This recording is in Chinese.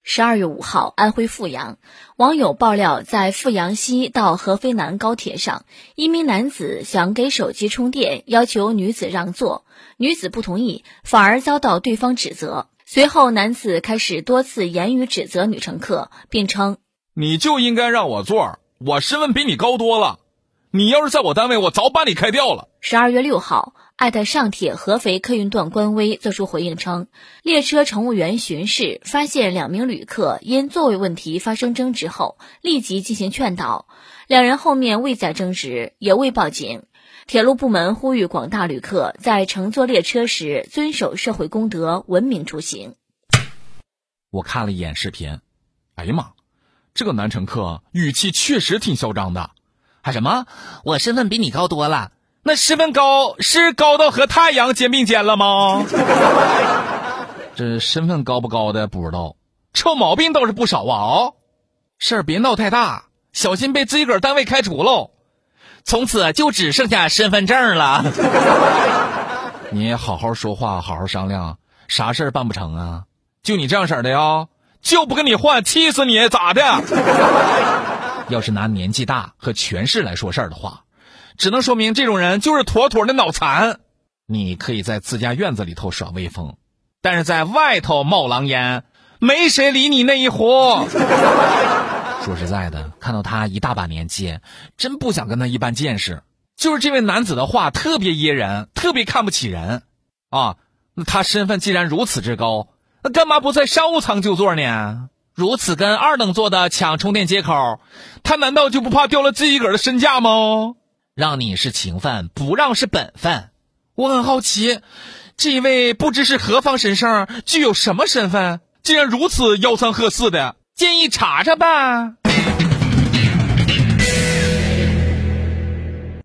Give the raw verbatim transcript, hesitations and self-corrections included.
十二月五号，安徽阜阳，网友爆料，在阜阳西到合肥南高铁上，一名男子想给手机充电，要求女子让座，女子不同意，反而遭到对方指责。随后，男子开始多次言语指责女乘客，并称：“ 你就应该让我座，我身份比你高多了。你要是在我单位，我早把你开掉了。” 十二月六号，爱特上铁合肥客运段官微作出回应称，列车乘务员巡视发现两名旅客因座位问题发生争执后，立即进行劝导，两人后面未再争执，也未报警。铁路部门呼吁广大旅客在乘坐列车时遵守社会公德，文明出行。 我看了一眼视频，哎呀妈，这个男乘客语气确实挺嚣张的。还什么？我身份比你高多了？那身份高是高到和太阳肩并肩了吗？这身份高不高的不知道，臭毛病倒是不少啊！哦，事儿别闹太大，小心被自己个儿单位开除喽。从此就只剩下身份证了。你也好好说话，好好商量，啥事儿办不成啊？就你这样式儿的呀，就不跟你换，气死你咋的？要是拿年纪大和权势来说事儿的话，只能说明这种人就是妥妥的脑残。你可以在自家院子里头耍威风，但是在外头冒狼烟，没谁理你那一壶。说实在的，看到他一大把年纪，真不想跟他一般见识。就是这位男子的话特别噎人，特别看不起人啊。那他身份既然如此之高，那干嘛不在商务舱就座呢？如此跟二等座的抢充电接口，他难道就不怕掉了自己个儿的身价吗？让你是情分，不让是本分。我很好奇，这一位不知是何方神圣，具有什么身份，竟然如此吆三喝四的，建议查查吧。